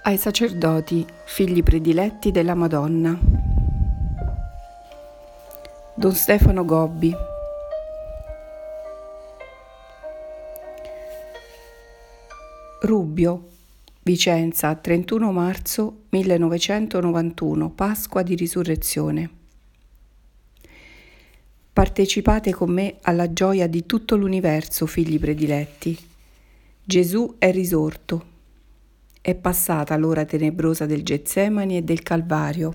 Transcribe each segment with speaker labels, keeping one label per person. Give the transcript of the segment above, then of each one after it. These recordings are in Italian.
Speaker 1: Ai sacerdoti, figli prediletti della Madonna. Don Stefano Gobbi. Rubbio, Vicenza, 31 marzo 1991, Pasqua di Risurrezione. Partecipate con me alla gioia di tutto l'universo, figli prediletti. Gesù è risorto. È passata l'ora tenebrosa del Getsemani e del Calvario.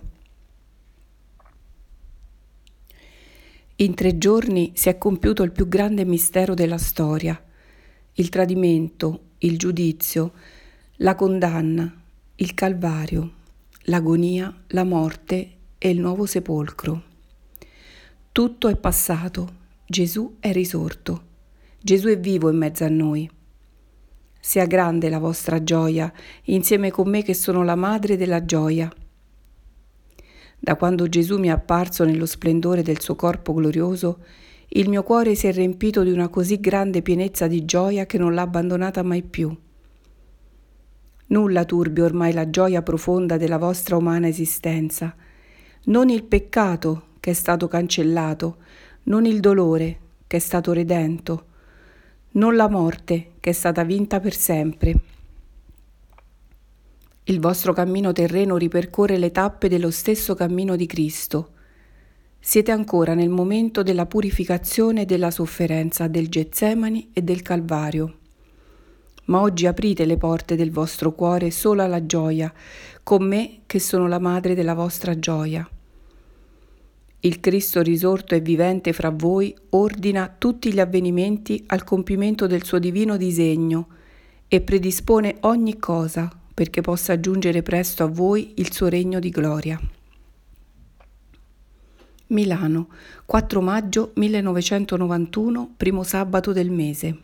Speaker 1: In 3 giorni si è compiuto il più grande mistero della storia: il tradimento, il giudizio, la condanna, il Calvario, l'agonia, la morte e il nuovo sepolcro. Tutto è passato. Gesù è risorto. Gesù è vivo in mezzo a noi. Sia grande la vostra gioia, insieme con me che sono la madre della gioia. Da quando Gesù mi è apparso nello splendore del suo corpo glorioso, il mio cuore si è riempito di una così grande pienezza di gioia che non l'ha abbandonata mai più. Nulla turbi ormai la gioia profonda della vostra umana esistenza, non il peccato che è stato cancellato, non il dolore che è stato redento, non la morte che è stata vinta per sempre. Il vostro cammino terreno ripercorre le tappe dello stesso cammino di Cristo. Siete ancora nel momento della purificazione e della sofferenza del Getsemani e del Calvario. Ma oggi aprite le porte del vostro cuore solo alla gioia, con me che sono la madre della vostra gioia. Il Cristo risorto e vivente fra voi ordina tutti gli avvenimenti al compimento del suo divino disegno e predispone ogni cosa perché possa giungere presto a voi il suo regno di gloria. Milano, 4 maggio 1991, primo sabato del mese.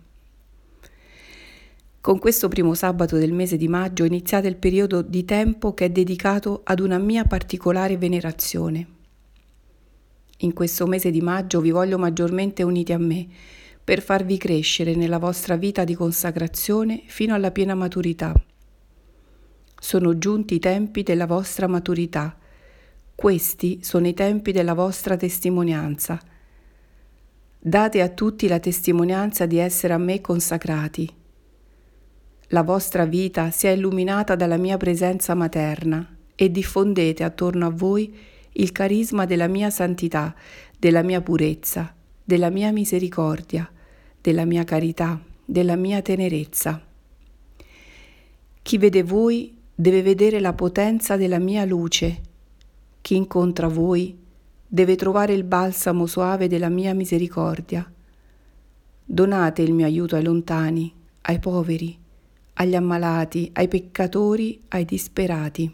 Speaker 1: Con questo primo sabato del mese di maggio iniziate il periodo di tempo che è dedicato ad una mia particolare venerazione. In questo mese di maggio vi voglio maggiormente uniti a me per farvi crescere nella vostra vita di consacrazione fino alla piena maturità. Sono giunti i tempi della vostra maturità. Questi sono i tempi della vostra testimonianza. Date a tutti la testimonianza di essere a me consacrati. La vostra vita sia illuminata dalla mia presenza materna e diffondete attorno a voi il carisma della mia santità, della mia purezza, della mia misericordia, della mia carità, della mia tenerezza. Chi vede voi deve vedere la potenza della mia luce. Chi incontra voi deve trovare il balsamo soave della mia misericordia. Donate il mio aiuto ai lontani, ai poveri, agli ammalati, ai peccatori, ai disperati.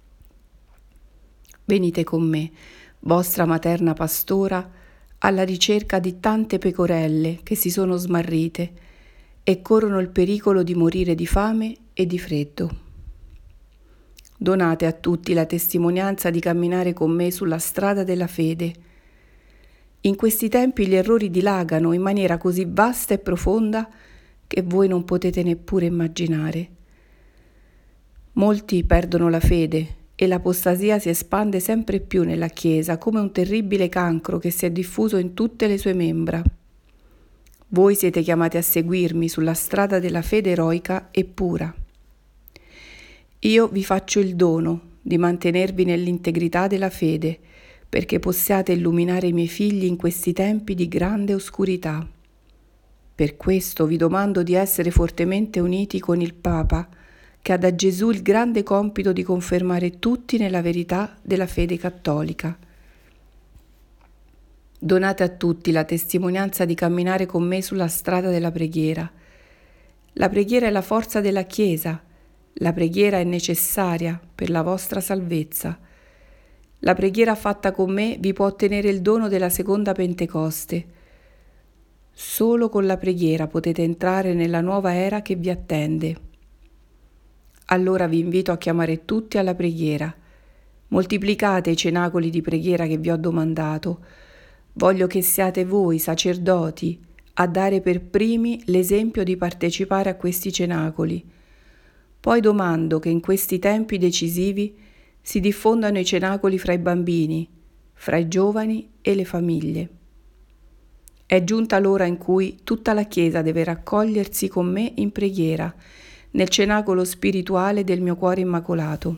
Speaker 1: Venite con me, vostra materna pastora, alla ricerca di tante pecorelle che si sono smarrite e corrono il pericolo di morire di fame e di freddo. Donate a tutti la testimonianza di camminare con me sulla strada della fede. In questi tempi gli errori dilagano in maniera così vasta e profonda che voi non potete neppure immaginare. Molti perdono la fede e l'apostasia si espande sempre più nella Chiesa come un terribile cancro che si è diffuso in tutte le sue membra. Voi siete chiamati a seguirmi sulla strada della fede eroica e pura. Io vi faccio il dono di mantenervi nell'integrità della fede, perché possiate illuminare i miei figli in questi tempi di grande oscurità. Per questo vi domando di essere fortemente uniti con il Papa, che ha da Gesù il grande compito di confermare tutti nella verità della fede cattolica. Donate a tutti la testimonianza di camminare con me sulla strada della preghiera. La preghiera è la forza della Chiesa. La preghiera è necessaria per la vostra salvezza. La preghiera fatta con me vi può ottenere il dono della seconda Pentecoste. Solo con la preghiera potete entrare nella nuova era che vi attende. Allora vi invito a chiamare tutti alla preghiera. Moltiplicate i cenacoli di preghiera che vi ho domandato. Voglio che siate voi, sacerdoti, a dare per primi l'esempio di partecipare a questi cenacoli. Poi domando che in questi tempi decisivi si diffondano i cenacoli fra i bambini, fra i giovani e le famiglie. È giunta l'ora in cui tutta la Chiesa deve raccogliersi con me in preghiera, nel cenacolo spirituale del mio cuore immacolato.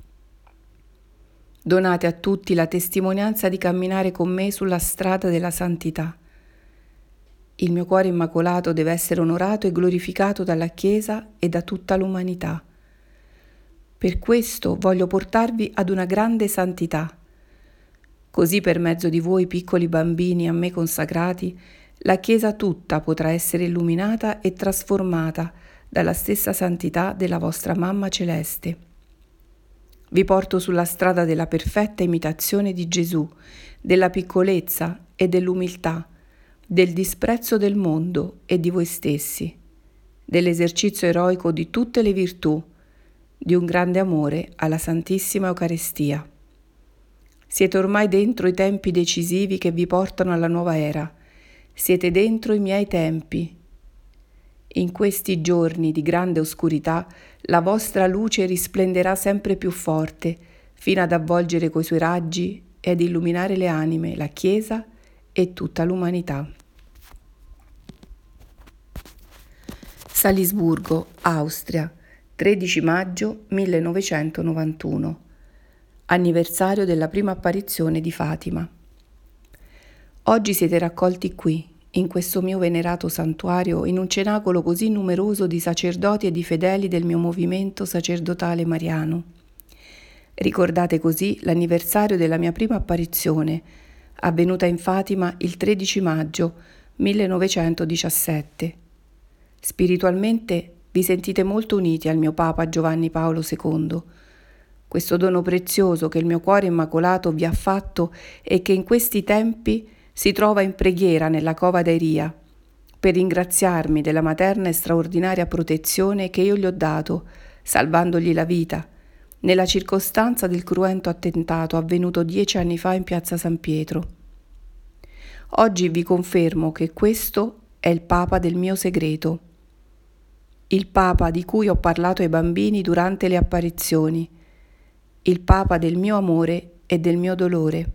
Speaker 1: Donate a tutti la testimonianza di camminare con me sulla strada della santità. Il mio cuore immacolato deve essere onorato e glorificato dalla Chiesa e da tutta l'umanità. Per questo voglio portarvi ad una grande santità. Così per mezzo di voi piccoli bambini a me consacrati, la Chiesa tutta potrà essere illuminata e trasformata dalla stessa santità della vostra Mamma Celeste. Vi porto sulla strada della perfetta imitazione di Gesù, della piccolezza e dell'umiltà, del disprezzo del mondo e di voi stessi, dell'esercizio eroico di tutte le virtù, di un grande amore alla Santissima Eucaristia. Siete ormai dentro i tempi decisivi che vi portano alla nuova era. Siete dentro i miei tempi. In questi giorni di grande oscurità, la vostra luce risplenderà sempre più forte, fino ad avvolgere coi suoi raggi e ad illuminare le anime, la Chiesa e tutta l'umanità. Salisburgo, Austria, 13 maggio 1991. Anniversario della prima apparizione di Fatima. Oggi siete raccolti qui, in questo mio venerato santuario, in un cenacolo così numeroso di sacerdoti e di fedeli del mio movimento sacerdotale mariano. Ricordate così l'anniversario della mia prima apparizione, avvenuta in Fatima il 13 maggio 1917. Spiritualmente vi sentite molto uniti al mio Papa Giovanni Paolo II. Questo dono prezioso che il mio cuore immacolato vi ha fatto e che in questi tempi si trova in preghiera nella cova d'Airia, per ringraziarmi della materna e straordinaria protezione che io gli ho dato, salvandogli la vita, nella circostanza del cruento attentato avvenuto 10 anni fa in piazza San Pietro. Oggi vi confermo che questo è il Papa del mio segreto, il Papa di cui ho parlato ai bambini durante le apparizioni, il Papa del mio amore e del mio dolore.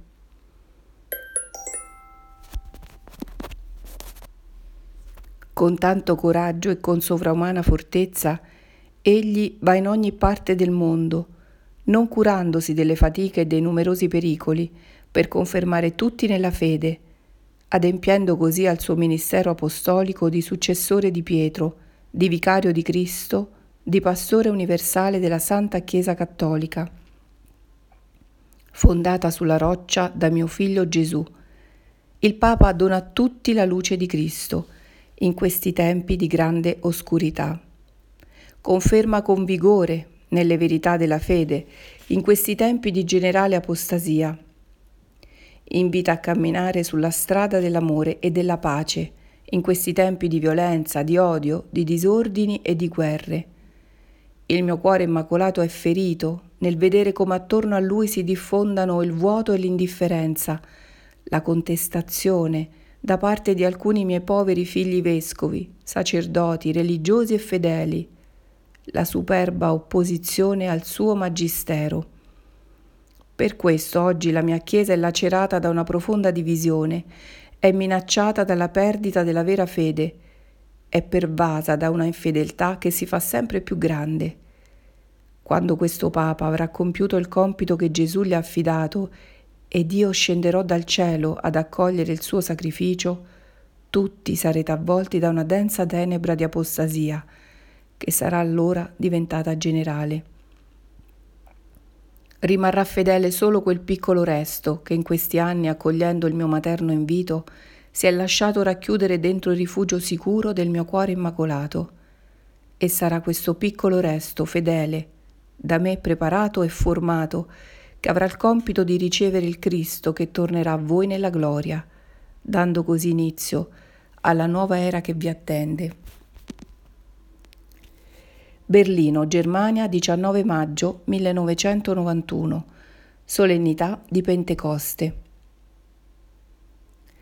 Speaker 1: Con tanto coraggio e con sovraumana fortezza, egli va in ogni parte del mondo, non curandosi delle fatiche e dei numerosi pericoli, per confermare tutti nella fede, adempiendo così al suo ministero apostolico di successore di Pietro, di vicario di Cristo, di pastore universale della Santa Chiesa Cattolica, fondata sulla roccia da mio figlio Gesù. Il Papa dona a tutti la luce di Cristo, in questi tempi di grande oscurità. Conferma con vigore nelle verità della fede, in questi tempi di generale apostasia. Invita a camminare sulla strada dell'amore e della pace, in questi tempi di violenza, di odio, di disordini e di guerre. Il mio cuore immacolato è ferito nel vedere come attorno a lui si diffondano il vuoto e l'indifferenza, la contestazione da parte di alcuni miei poveri figli vescovi, sacerdoti, religiosi e fedeli, la superba opposizione al suo magistero. Per questo oggi la mia Chiesa è lacerata da una profonda divisione, è minacciata dalla perdita della vera fede, è pervasa da una infedeltà che si fa sempre più grande. Quando questo Papa avrà compiuto il compito che Gesù gli ha affidato ed io scenderò dal cielo ad accogliere il suo sacrificio, tutti sarete avvolti da una densa tenebra di apostasia, che sarà allora diventata generale. Rimarrà fedele solo quel piccolo resto che in questi anni, accogliendo il mio materno invito, si è lasciato racchiudere dentro il rifugio sicuro del mio cuore immacolato. E sarà questo piccolo resto fedele, da me preparato e formato, che avrà il compito di ricevere il Cristo che tornerà a voi nella gloria, dando così inizio alla nuova era che vi attende. Berlino, Germania, 19 maggio 1991. Solennità di Pentecoste.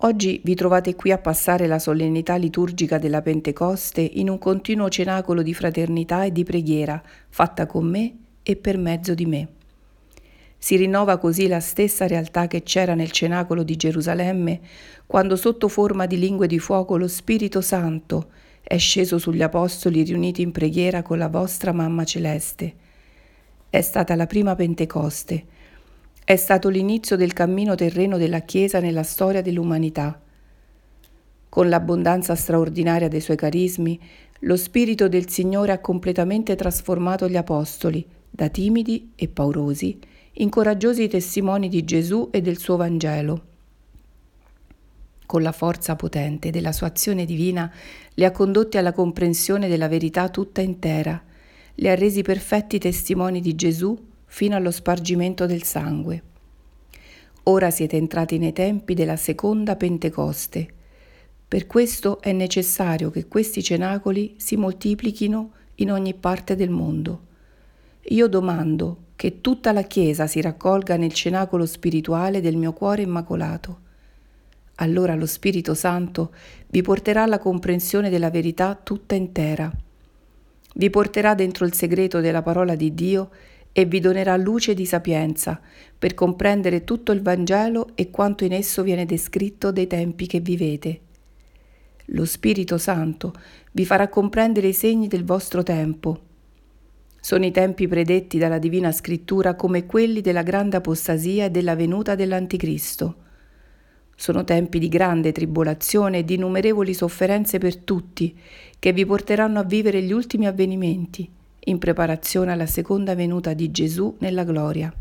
Speaker 1: Oggi vi trovate qui a passare la solennità liturgica della Pentecoste in un continuo cenacolo di fraternità e di preghiera, fatta con me e per mezzo di me. Si rinnova così la stessa realtà che c'era nel cenacolo di Gerusalemme, quando sotto forma di lingue di fuoco lo Spirito Santo è sceso sugli apostoli riuniti in preghiera con la vostra Mamma Celeste. È stata la prima Pentecoste. È stato l'inizio del cammino terreno della Chiesa nella storia dell'umanità. Con l'abbondanza straordinaria dei suoi carismi, lo Spirito del Signore ha completamente trasformato gli apostoli, da timidi e paurosi, in coraggiosi testimoni di Gesù e del suo Vangelo. Con la forza potente della sua azione divina li ha condotti alla comprensione della verità tutta intera, li ha resi perfetti testimoni di Gesù fino allo spargimento del sangue. Ora siete entrati nei tempi della seconda Pentecoste. Per questo è necessario che questi cenacoli si moltiplichino in ogni parte del mondo. Io domando che tutta la Chiesa si raccolga nel cenacolo spirituale del mio cuore immacolato. Allora lo Spirito Santo vi porterà alla comprensione della verità tutta intera. Vi porterà dentro il segreto della parola di Dio e vi donerà luce di sapienza per comprendere tutto il Vangelo e quanto in esso viene descritto dei tempi che vivete. Lo Spirito Santo vi farà comprendere i segni del vostro tempo. Sono i tempi predetti dalla Divina Scrittura come quelli della grande apostasia e della venuta dell'Anticristo. Sono tempi di grande tribolazione e di innumerevoli sofferenze per tutti, che vi porteranno a vivere gli ultimi avvenimenti, in preparazione alla seconda venuta di Gesù nella gloria.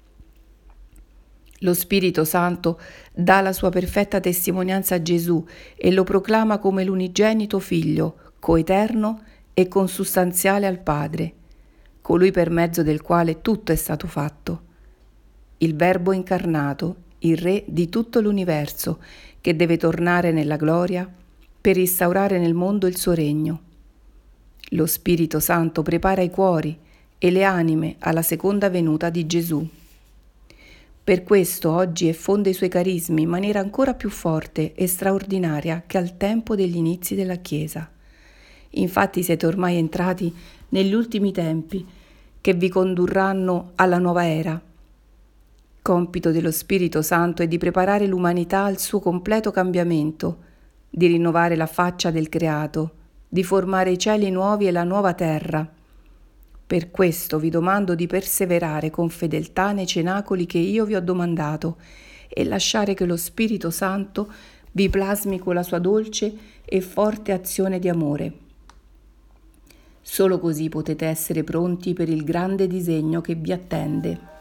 Speaker 1: Lo Spirito Santo dà la sua perfetta testimonianza a Gesù e lo proclama come l'unigenito Figlio, coeterno e consustanziale al Padre, colui per mezzo del quale tutto è stato fatto. Il Verbo incarnato, il Re di tutto l'universo, che deve tornare nella gloria per instaurare nel mondo il suo regno. Lo Spirito Santo prepara i cuori e le anime alla seconda venuta di Gesù. Per questo oggi effonde i suoi carismi in maniera ancora più forte e straordinaria che al tempo degli inizi della Chiesa. Infatti siete ormai entrati negli ultimi tempi che vi condurranno alla nuova era. Compito dello Spirito Santo è di preparare l'umanità al suo completo cambiamento, di rinnovare la faccia del creato, di formare i cieli nuovi e la nuova terra. Per questo vi domando di perseverare con fedeltà nei cenacoli che io vi ho domandato e lasciare che lo Spirito Santo vi plasmi con la sua dolce e forte azione di amore. Solo così potete essere pronti per il grande disegno che vi attende.